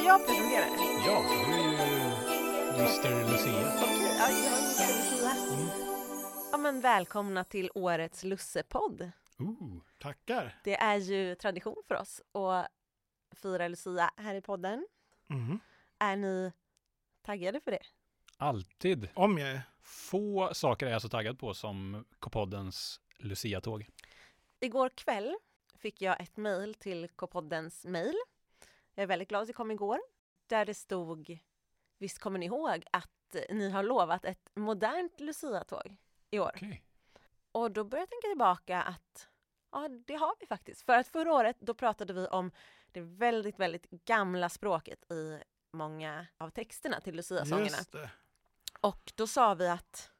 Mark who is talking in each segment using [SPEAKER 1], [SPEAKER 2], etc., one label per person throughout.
[SPEAKER 1] jag presenterar det?
[SPEAKER 2] Ja, du är ju Mr. Lucia.
[SPEAKER 1] Okej, ja, jag är Mr. Lucia. Ja, men välkomna till årets Lussepodd.
[SPEAKER 3] Tackar.
[SPEAKER 1] Det är ju tradition för oss att fira Lucia här i podden.
[SPEAKER 3] Mm.
[SPEAKER 1] Är ni taggade för det?
[SPEAKER 2] Alltid.
[SPEAKER 3] Om jag är.
[SPEAKER 2] Få saker är jag så taggad på som K-poddens Lucia-tåg.
[SPEAKER 1] Igår kväll fick jag ett mejl till K-poddens mejl. Jag är väldigt glad att det kom igår. Där det stod, visst kommer ni ihåg att ni har lovat ett modernt Lucia-tåg i år?
[SPEAKER 2] Okej.
[SPEAKER 1] Och då började jag tänka tillbaka att ja, det har vi faktiskt. För att förra året då pratade vi om det väldigt, väldigt gamla språket i många av texterna till Lucia-sångerna.
[SPEAKER 3] Just det.
[SPEAKER 1] Och då sa vi att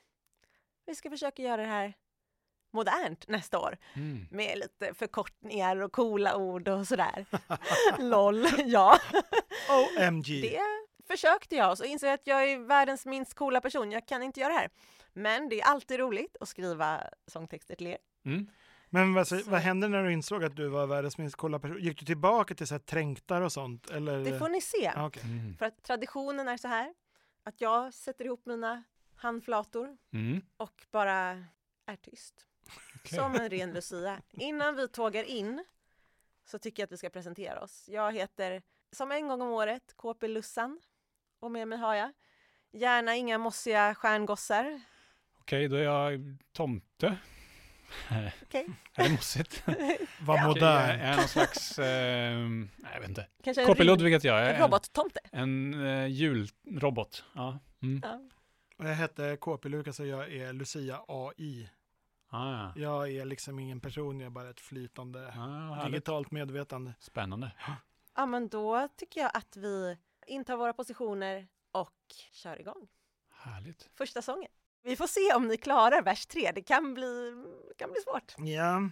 [SPEAKER 1] vi ska försöka göra det här modernt nästa år.
[SPEAKER 2] Mm.
[SPEAKER 1] Med lite förkortningar och coola ord och sådär. LOL, ja.
[SPEAKER 3] OMG.
[SPEAKER 1] Det försökte jag och så insåg jag att jag är världens minst coola person. Jag kan inte göra det här. Men det är alltid roligt att skriva sångtexter till er.
[SPEAKER 2] Mm.
[SPEAKER 3] Men vad hände när du insåg att du var världens minst coola person? Gick du tillbaka till så här trängtar och sånt? Eller?
[SPEAKER 1] Det får ni se.
[SPEAKER 3] Okay.
[SPEAKER 2] Mm.
[SPEAKER 1] För att traditionen är så här. Att jag sätter ihop mina handflator
[SPEAKER 2] Mm.
[SPEAKER 1] och bara är tyst.
[SPEAKER 2] Okay.
[SPEAKER 1] Som en ren Lucia. Innan vi tågar in så tycker jag att vi ska presentera oss. Jag heter, som en gång om året, KP Lussan. Och med mig har jag gärna inga mossiga stjärngossar.
[SPEAKER 2] Okej, då är jag tomte.
[SPEAKER 1] Okej.
[SPEAKER 2] Är det mossigt?
[SPEAKER 3] Vad
[SPEAKER 2] Jag
[SPEAKER 3] modern.
[SPEAKER 2] är någon slags, nej jag vet inte.
[SPEAKER 1] Kanske
[SPEAKER 2] KP Ludvig heter jag. Jag
[SPEAKER 1] en
[SPEAKER 2] är
[SPEAKER 1] robottomte.
[SPEAKER 2] En julrobot. Ja. Mm.
[SPEAKER 1] Ja.
[SPEAKER 3] Jag heter KP Lukas och jag är Lucia AI.
[SPEAKER 2] Ah, ja.
[SPEAKER 3] Jag är liksom ingen person, jag är bara ett flytande
[SPEAKER 2] Härligt.
[SPEAKER 3] digitalt medvetande.
[SPEAKER 2] Spännande.
[SPEAKER 1] Ja, men då tycker jag att vi intar våra positioner och kör igång.
[SPEAKER 2] Härligt.
[SPEAKER 1] Första sången. Vi får se om ni klarar vers 3. Det kan bli svårt.
[SPEAKER 3] Ja.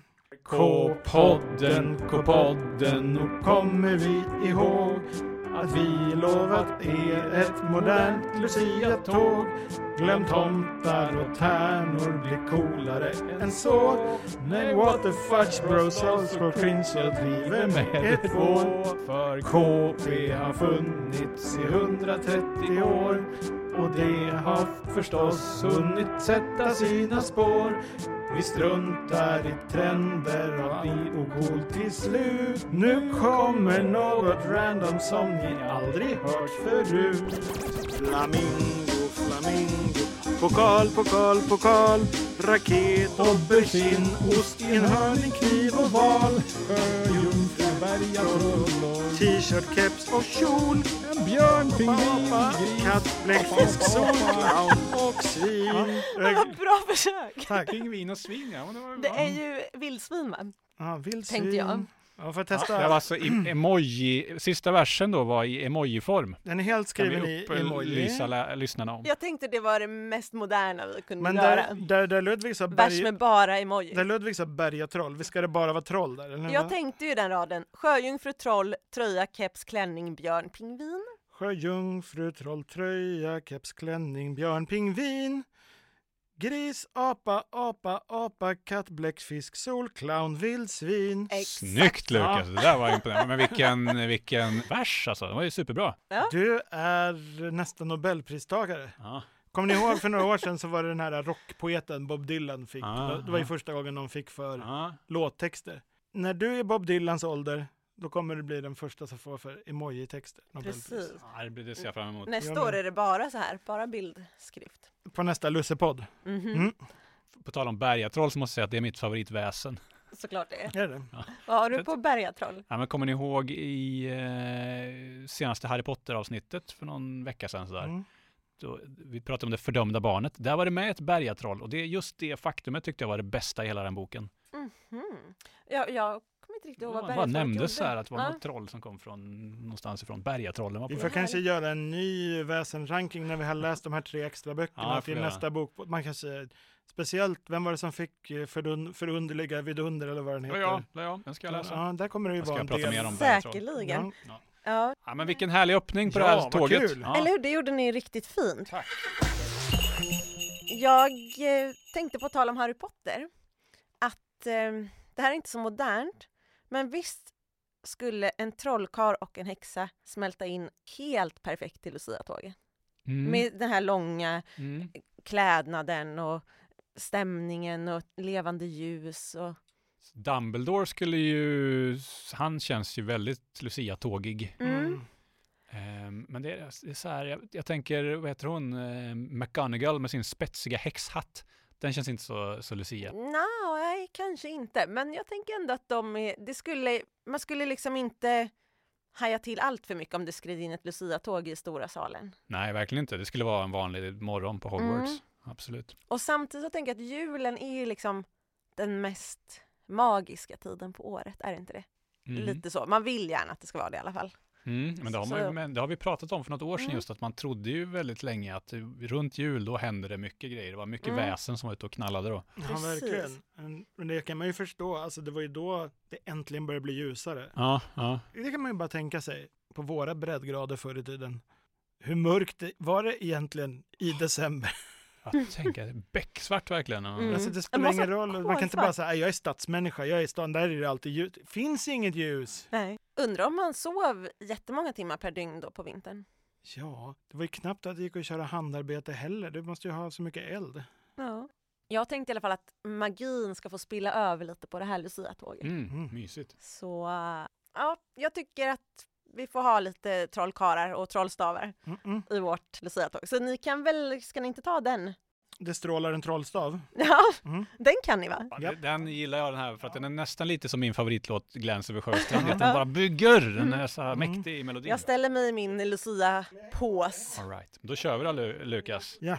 [SPEAKER 2] K-podden,
[SPEAKER 3] K-podden, nu kommer vi ihåg att vi lovat er ett modernt Lucia-tåg. Glöm tomtar och tärnor blir coolare än så. Nej, what the fudge bro, Salzburg Prince, jag driver med ett två. För KP har funnits i 130 år. Och det har förstås hunnit sätta sina spår. Vi struntar i trender och vi går till slut. Nu kommer något random som ni aldrig hört förut. Flamingo, flamingo, pokal, pokal, pokal. Raket, aubergine, ost, enhörning, kniv och val. Sjöjungfru, bergatroll, t-shirt, keps och kjol.
[SPEAKER 2] En björn, pingvin,
[SPEAKER 3] katt, bläckfisk, solclown och svin.
[SPEAKER 1] Bra försök.
[SPEAKER 3] Tack.
[SPEAKER 2] Pingvin och svin, ja.
[SPEAKER 1] Det är ju vildsvin, man.
[SPEAKER 3] Ja, vildsvin.
[SPEAKER 1] Tänkte jag.
[SPEAKER 3] Ja, för att testa.
[SPEAKER 2] Det var alltså emoji. Sista versen då var i emoji-form.
[SPEAKER 3] Den är helt
[SPEAKER 2] Kan
[SPEAKER 3] skriven
[SPEAKER 2] vi
[SPEAKER 3] i emoji.
[SPEAKER 2] upplysa lyssnarna om.
[SPEAKER 1] Jag tänkte det var det mest moderna vi kunde
[SPEAKER 3] Men
[SPEAKER 1] göra.
[SPEAKER 3] där Ludvig sa
[SPEAKER 1] Vers med bara emoji.
[SPEAKER 3] där Ludvig sa bergatroll. Vi ska det bara vara troll där? Eller
[SPEAKER 1] Jag
[SPEAKER 3] vad?
[SPEAKER 1] tänkte ju den raden. Sjöjungfru, troll, tröja, keps, klänning, björn, pingvin.
[SPEAKER 3] Sjöjungfru, troll, tröja, keps, klänning, björn, pingvin. Gris, apa, katt, bläckfisk, sol, clown, vildsvin.
[SPEAKER 1] Exakt.
[SPEAKER 2] Snyggt Lukas, det där var imponerande. Men vilken vers alltså, det var ju superbra.
[SPEAKER 3] Du är nästan Nobelpristagare.
[SPEAKER 2] Ja.
[SPEAKER 3] Kommer ni ihåg för några år sedan så var det den här rockpoeten Bob Dylan fick.
[SPEAKER 2] Ah,
[SPEAKER 3] Det var ju första gången de fick för
[SPEAKER 2] Ja.
[SPEAKER 3] låttexter. När du är Bob Dylans ålder, då kommer du bli den första som får för emoji-texter. Nobelpris.
[SPEAKER 1] Precis.
[SPEAKER 2] Ja, det ser jag fram emot.
[SPEAKER 1] Nästa år är det bara så här, bara bildskrift.
[SPEAKER 3] På nästa Lussepodd.
[SPEAKER 1] Mhm.
[SPEAKER 3] Mm.
[SPEAKER 2] På tal om bergatroll så måste jag säga att det är mitt favoritväsen.
[SPEAKER 1] Såklart det är.
[SPEAKER 3] Är det?
[SPEAKER 1] Vad har du på bergatroll?
[SPEAKER 2] Ja, men kommer ni ihåg i senaste Harry Potter-avsnittet för någon vecka sedan sådär?
[SPEAKER 3] Mm.
[SPEAKER 2] Då, vi pratade om det fördömda barnet. Där var det med ett bergatroll och det är just det faktumet tyckte jag var det bästa i hela den boken.
[SPEAKER 1] Mhm. Jag kommer inte riktigt ihåg vad
[SPEAKER 2] Det bara
[SPEAKER 1] bergatrollet
[SPEAKER 2] nämndes så här
[SPEAKER 1] gjorde.
[SPEAKER 2] att det var något troll som kom från någonstans ifrån. Bergatrollen var på
[SPEAKER 3] Vi
[SPEAKER 2] väg.
[SPEAKER 3] får kanske göra en ny väsenranking när vi har läst de här 3 extra böckerna
[SPEAKER 2] Ja, får
[SPEAKER 3] till
[SPEAKER 2] vi
[SPEAKER 3] nästa bok. Man kanske speciellt, vem var det som fick förunderliga vidunder eller vad den heter?
[SPEAKER 2] Ja, den ska jag läsa.
[SPEAKER 3] Ja, där kommer det ju
[SPEAKER 2] Jag ska
[SPEAKER 3] vara en
[SPEAKER 2] prata
[SPEAKER 3] del.
[SPEAKER 2] mer om bergatroll.
[SPEAKER 1] Säkerligen.
[SPEAKER 3] Ja.
[SPEAKER 1] Ja.
[SPEAKER 2] Ja, men vilken härlig öppning på
[SPEAKER 3] Ja,
[SPEAKER 2] det här
[SPEAKER 3] vad
[SPEAKER 2] tåget.
[SPEAKER 3] kul.
[SPEAKER 2] Ja.
[SPEAKER 1] Eller hur? Det gjorde ni riktigt fint.
[SPEAKER 2] Tack.
[SPEAKER 1] Jag tänkte på tal om Harry Potter att det här är inte så modernt, men visst skulle en trollkarl och en häxa smälta in helt perfekt till Lucia-tåget.
[SPEAKER 2] Mm.
[SPEAKER 1] Med den här långa
[SPEAKER 2] Mm.
[SPEAKER 1] klädnaden och stämningen och levande ljus. Och...
[SPEAKER 2] Dumbledore skulle ju, han känns ju väldigt Lucia-tågig.
[SPEAKER 1] Mm.
[SPEAKER 2] Men det är så här, jag tänker, vad heter hon? McGonagall med sin spetsiga häxhatt. Den känns inte så Lucia.
[SPEAKER 1] Nej, kanske inte. Men jag tänker ändå att man skulle liksom inte haja till allt för mycket om det skred in ett Lucia-tåg i stora salen.
[SPEAKER 2] Nej, verkligen inte. Det skulle vara en vanlig morgon på Hogwarts. Absolut.
[SPEAKER 1] Och samtidigt så tänker jag att julen är ju liksom den mest magiska tiden på året, är det inte det?
[SPEAKER 2] Mm.
[SPEAKER 1] Lite så. Man vill gärna att det ska vara det i alla fall.
[SPEAKER 2] Men det har vi pratat om för något år sedan just att man trodde ju väldigt länge att runt jul då hände det mycket grejer. Det var mycket väsen som var ute och knallade då.
[SPEAKER 3] Ja, verkligen. Men det kan man ju förstå. Alltså det var ju då det äntligen började bli ljusare.
[SPEAKER 2] Ja.
[SPEAKER 3] Det kan man ju bara tänka sig på våra breddgrader förr i tiden. Hur mörkt var det egentligen i december?
[SPEAKER 2] Jag tänker, becksvart verkligen.
[SPEAKER 3] Alltså det spelar ingen roll. Man kan inte bara säga, jag är stadsmänniska, jag är i stan, där är det alltid ljus. Finns inget ljus.
[SPEAKER 1] Nej. Undrar om man sov jättemånga timmar per dygn då på vintern.
[SPEAKER 3] Ja, det var ju knappt att det gick att köra handarbete heller. Du måste ju ha så mycket eld.
[SPEAKER 1] Ja. Jag tänkte i alla fall att magin ska få spilla över lite på det här Lucia-tåget.
[SPEAKER 2] Mysigt.
[SPEAKER 1] Så ja, jag tycker att vi får ha lite trollkarlar och trollstavar i vårt Lucia-tåg. Så ni kan väl, ska ni inte ta den?
[SPEAKER 3] Det strålar en trollstav.
[SPEAKER 1] Ja, den kan ni va?
[SPEAKER 2] Ja, den gillar jag den här för att den är nästan lite som min favoritlåt Gläns över Sjöstrand. Att den bara bygger, den är så mäktig i melodin.
[SPEAKER 1] Jag ställer mig i min Lucia-pås.
[SPEAKER 2] All right. Då kör vi då Lukas.
[SPEAKER 3] Ja.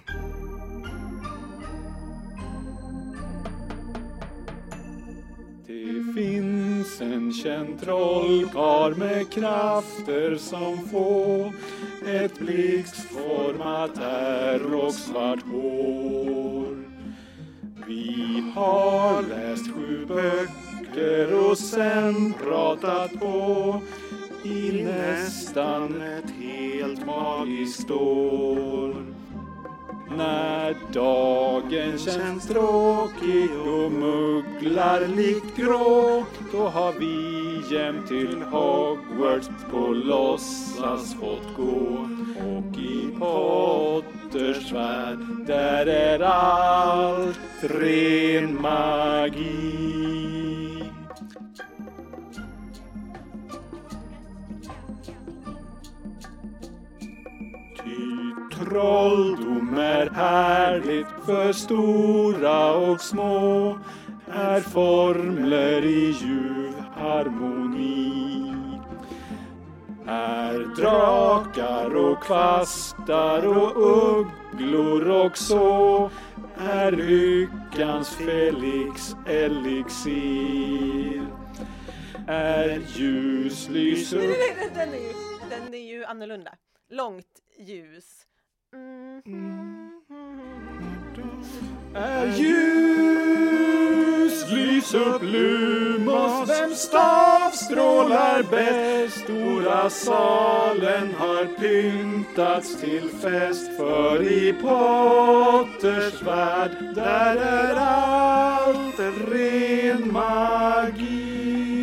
[SPEAKER 2] Det finns en känd trollkarl med krafter som få, ett blixtformat är och svart hår. Vi har läst 7 böcker och sen pratat på i nästan ett helt magiskt år. När dagen känns tråkig och mugglar likt grå, då har vi jämt till Hogwarts på låtsas fått gå. Och i Potters värld, där är allt ren magi. Trolldom är härligt för stora och små, är formler i ljuv harmoni. Är drakar och kvastar och ugglor och så, är lyckans Felix elixir. Är ljus lyser...
[SPEAKER 1] Den är ju annorlunda. Långt ljus.
[SPEAKER 2] Är ljus, lys upp Lumos, vem stav strålar bäst? Stora salen har pyntats till fest, för i Potters värld, där är allt ren magi.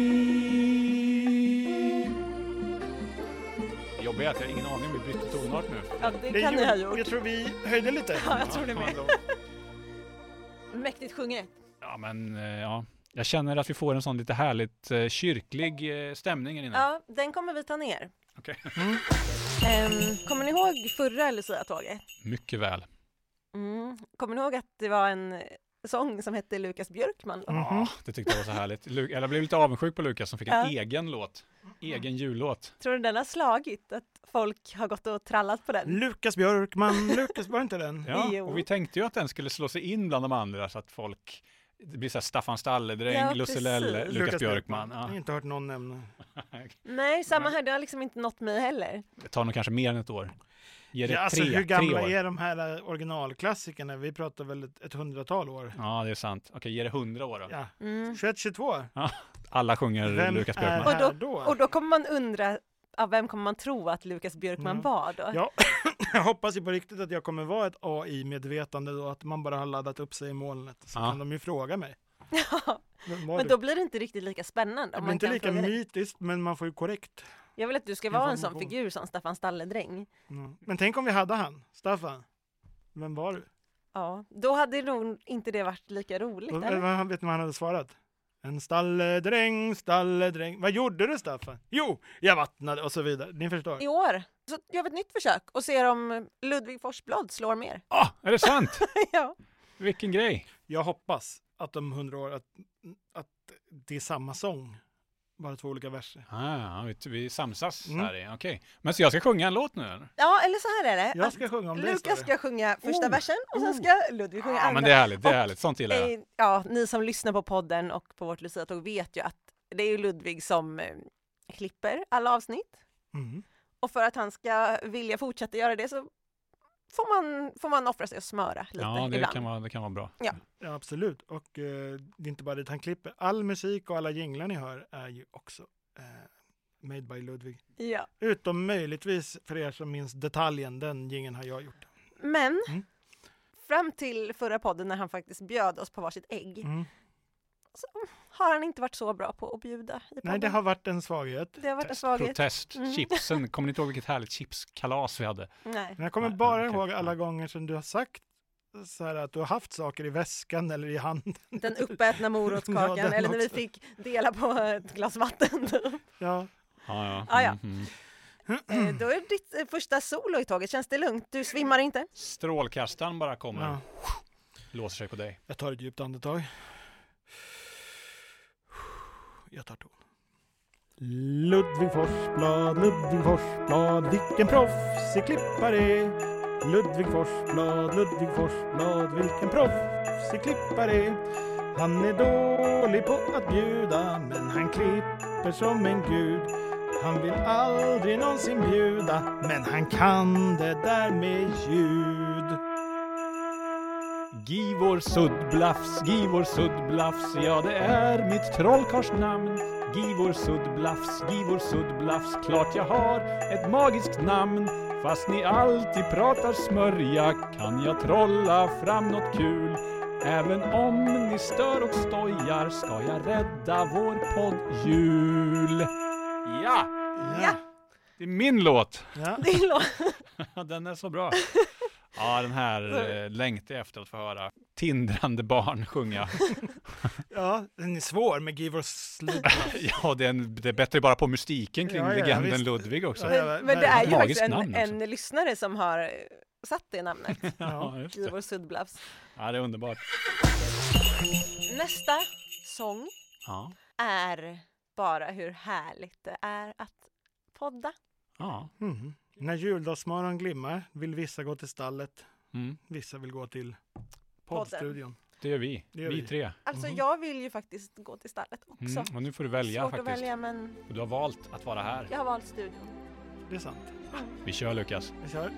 [SPEAKER 2] Jobbigt att jag har ingen aning om vi bytte tonart nu.
[SPEAKER 1] Ja, det kan ni ha gjort.
[SPEAKER 3] Jag tror vi höjde lite.
[SPEAKER 1] Ja, jag tror det med. Mäktigt sjunget.
[SPEAKER 2] Ja, men ja. Jag känner att vi får en sån lite härligt kyrklig stämning här inne.
[SPEAKER 1] Ja, den kommer vi ta ner.
[SPEAKER 2] Okej.
[SPEAKER 1] Kommer ni ihåg förra Lucia-tåget?
[SPEAKER 2] Mycket väl.
[SPEAKER 1] Kommer ni ihåg att det var en sång som hette Lukas Björkman?
[SPEAKER 2] Ja, det tyckte jag var så härligt. Jag blev lite avundsjuk på Lukas som fick en egen låt. Egen jullåt.
[SPEAKER 1] Tror du den har slagit? Att folk har gått och trallat på den?
[SPEAKER 3] Lukas Björkman, Lukas var inte den?
[SPEAKER 2] Ja,
[SPEAKER 1] Jo.
[SPEAKER 2] och vi tänkte ju att den skulle slå sig in bland de andra så att folk... Det blir så här Staffan Stalledräng,
[SPEAKER 1] Ja,
[SPEAKER 2] Lusselelle,
[SPEAKER 1] precis.
[SPEAKER 2] Lukas Björkman.
[SPEAKER 3] Jag har inte hört någon nämna.
[SPEAKER 1] Nej, samma här. Det har liksom inte nått mig heller.
[SPEAKER 2] Det tar nog kanske mer än ett år. Ge det
[SPEAKER 3] Ja, alltså,
[SPEAKER 2] 3
[SPEAKER 3] hur gamla
[SPEAKER 2] år.
[SPEAKER 3] är de här originalklassikerna? Vi pratar väl ett 100-tal år.
[SPEAKER 2] Ja, det är sant. Okej, ge det 100 år då.
[SPEAKER 3] Ja.
[SPEAKER 1] Mm.
[SPEAKER 3] 21-22.
[SPEAKER 2] Alla sjunger
[SPEAKER 3] Vem
[SPEAKER 2] Lukas
[SPEAKER 3] är
[SPEAKER 2] Björkman.
[SPEAKER 3] här då?
[SPEAKER 1] Och då kommer man undra, vem kommer man tro att Lukas Björkman var då?
[SPEAKER 3] Ja, jag hoppas ju på riktigt att jag kommer vara ett AI-medvetande då, att man bara har laddat upp sig i molnet. Så kan de ju fråga mig.
[SPEAKER 1] Men då blir det inte riktigt lika spännande.
[SPEAKER 3] Det blir inte lika mytiskt, men man får ju korrekt.
[SPEAKER 1] Jag vill att du ska vara en sån figur som Staffan Stalledräng.
[SPEAKER 3] Men tänk om vi hade han, Staffan. Vem var du?
[SPEAKER 1] Ja, då hade nog inte det varit lika roligt. Eller?
[SPEAKER 3] Vet ni vad han hade svarat? En stalledräng, stalledräng. Vad gjorde du, Staffan? Jo, jag vattnade och så vidare. Ni förstår.
[SPEAKER 1] I år så gör vi ett nytt försök och ser om Ludvig Forsblad slår mer.
[SPEAKER 2] Är det sant?
[SPEAKER 1] Ja.
[SPEAKER 2] Vilken grej.
[SPEAKER 3] Jag hoppas att om 100 år att det är samma sång. Bara 2 olika verser.
[SPEAKER 2] Vi samsas här. Okej. Men så jag ska sjunga en låt nu? Eller?
[SPEAKER 1] Ja, eller så här är det.
[SPEAKER 3] Jag ska sjunga om det.
[SPEAKER 1] Lukas ska sjunga första versen och sen ska Ludvig sjunga andra.
[SPEAKER 2] Men det är härligt. Sånt gillar jag.
[SPEAKER 1] Ja, ni som lyssnar på podden och på vårt Lucia-tåg vet ju att det är ju Ludvig som klipper alla avsnitt. Och för att han ska vilja fortsätta göra det så får man offra sig och smöra lite ibland.
[SPEAKER 2] Det kan vara bra.
[SPEAKER 3] Ja, absolut. Och det är inte bara det han klipper. All musik och alla jinglar ni hör är ju också made by Ludvig.
[SPEAKER 1] Ja.
[SPEAKER 3] Utom möjligtvis för er som minns detaljen, den jingeln har jag gjort.
[SPEAKER 1] Men fram till förra podden när han faktiskt bjöd oss på varsitt ägg så har han inte varit så bra på att bjuda i podden.
[SPEAKER 3] Nej, det har varit en svaghet.
[SPEAKER 2] Protest. Chipsen. Kommer ni inte ihåg vilket härligt chipskalas vi hade?
[SPEAKER 1] Nej.
[SPEAKER 3] Men jag kommer bara ihåg alla gånger som du har sagt så här att du har haft saker i väskan eller i handen.
[SPEAKER 1] Den uppätna morotskakan eller när vi fick dela på ett glas vatten.
[SPEAKER 3] Ja.
[SPEAKER 1] Då är ditt första solo i tåget. Känns det lugnt? Du svimmar inte?
[SPEAKER 2] Strålkastaren bara kommer. Låser sig på dig.
[SPEAKER 3] Jag tar ett djupt andetag. Jag tar ton. Ludvig Forsblad, vilken proffsig klippare. Ludvig Forsblad, vilken proffsig klippare. Han är dålig på att bjuda, men han klipper som en gud. Han vill aldrig någonsin bjuda, men han kan det där med ljud.
[SPEAKER 2] Givor suddblafs, ja det är mitt trollkarlsnamn. Givor suddblafs, klart jag har ett magiskt namn. Fast ni alltid pratar smörja kan jag trolla fram något kul. Även om ni stör och stojar ska jag rädda vår poddjul. Ja! Det är min låt.
[SPEAKER 3] Ja.
[SPEAKER 1] Din låt.
[SPEAKER 2] Den är så bra. Ja, den här längtar jag efter att få höra tindrande barn sjunga.
[SPEAKER 3] Ja, den är svår med Give Us Ludvig.
[SPEAKER 2] Ja, det är bättre bara på mystiken kring legenden Ludvig också.
[SPEAKER 1] Men det är ju faktiskt en lyssnare som har satt det namnet. Give Us Suddblafs.
[SPEAKER 2] Ja, det är underbart.
[SPEAKER 1] Nästa sång är bara hur härligt det är att podda.
[SPEAKER 2] Ja.
[SPEAKER 3] När juldagsmorgon glimmar vill vissa gå till stallet. Vissa vill gå till poddstudion.
[SPEAKER 2] Det gör vi. Vi 3.
[SPEAKER 1] Alltså jag vill ju faktiskt gå till stallet också.
[SPEAKER 2] Och nu får du välja
[SPEAKER 1] Svårt
[SPEAKER 2] faktiskt.
[SPEAKER 1] Att välja, men
[SPEAKER 2] och du har valt att vara här.
[SPEAKER 1] Jag har valt studion.
[SPEAKER 3] Det är sant.
[SPEAKER 2] Vi kör, Lukas.
[SPEAKER 3] Vi kör.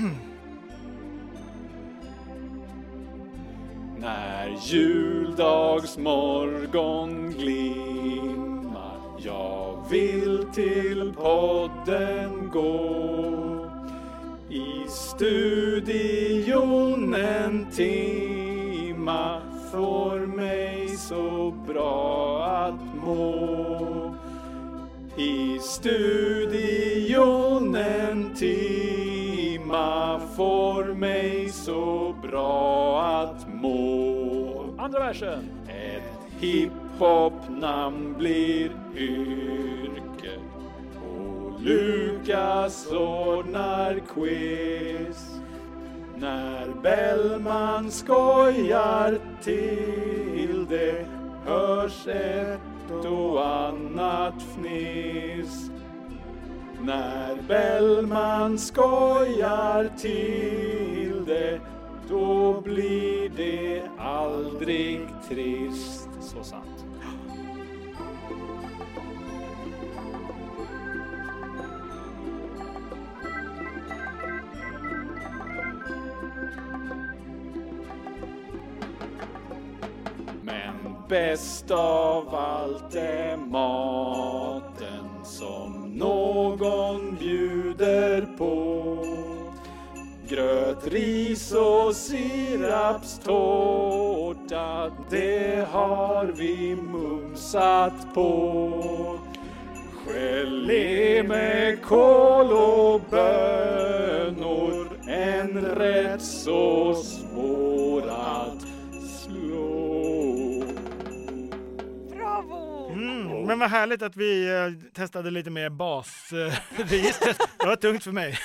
[SPEAKER 2] När juldagsmorgon glimmar, jag vill till podden gå. I studion en timma får mig så bra att må. I studion en timma får mig så bra att må. Andra versen. Ett hiphop-namn blir yrke. Och Lukas ordnar quiz. När Bellman skojar till det hörs ett och annat fniss. När Bellman skojar till det, då blir det aldrig trist. Så sant. Men bäst av allt är maten som någon bjuder på. Gröt, ris och sirapstårta hjärtat, det har vi mumsat på. Gelé med kål och bönor, en rätt så svår att slå.
[SPEAKER 1] Bravo!
[SPEAKER 3] Men vad härligt att vi testade lite mer basregistret. Det var tungt för mig.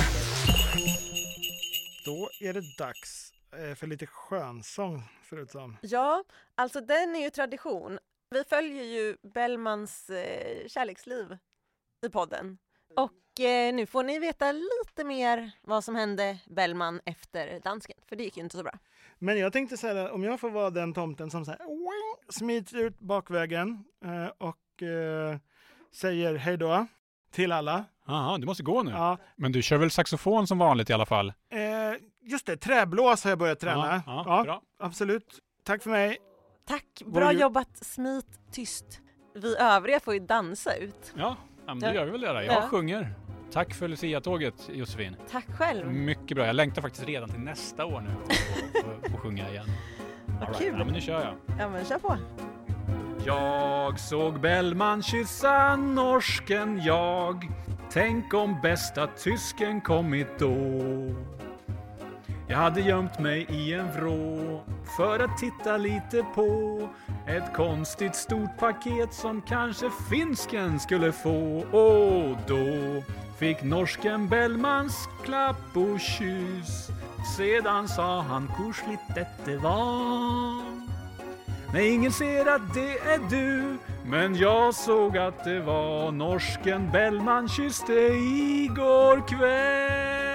[SPEAKER 3] Då är det dags för lite skönsång, ser det ut som.
[SPEAKER 1] Ja, alltså den är ju tradition. Vi följer ju Bellmans kärleksliv i podden. Och nu får ni veta lite mer vad som hände Bellman efter dansken. För det gick ju inte så bra.
[SPEAKER 3] Men jag tänkte säga, om jag får vara den tomten som så här, smiter ut bakvägen och säger hej då till alla.
[SPEAKER 2] Jaha, du måste gå nu.
[SPEAKER 3] Ja.
[SPEAKER 2] Men du kör väl saxofon som vanligt i alla fall?
[SPEAKER 3] Just det, träblås har jag börjat träna.
[SPEAKER 2] Ja, bra.
[SPEAKER 3] Absolut. Tack för mig.
[SPEAKER 1] Tack, bra jobbat, smit tyst. Vi övriga får ju dansa ut.
[SPEAKER 2] Ja, men det gör vi väl det. Jag sjunger. Tack för Lucia-tåget, Josefin.
[SPEAKER 1] Tack själv.
[SPEAKER 2] Mycket bra. Jag längtar faktiskt redan till nästa år nu och få sjunga igen.
[SPEAKER 1] Vad kul.
[SPEAKER 2] Ja, men nu kör jag.
[SPEAKER 1] Ja, men kör på.
[SPEAKER 2] Jag såg Bellman kyssa norsken, jag. Tänk om bästa tysken kommit då. Jag hade gömt mig i en vrå för att titta lite på ett konstigt stort paket som kanske finsken skulle få. Och då fick norsken Bellmans klapp och kyss. Sedan sa han korsligt detta var. Nej, ingen ser att det är du, men jag såg att det var norsken Bellman kysste igår kväll.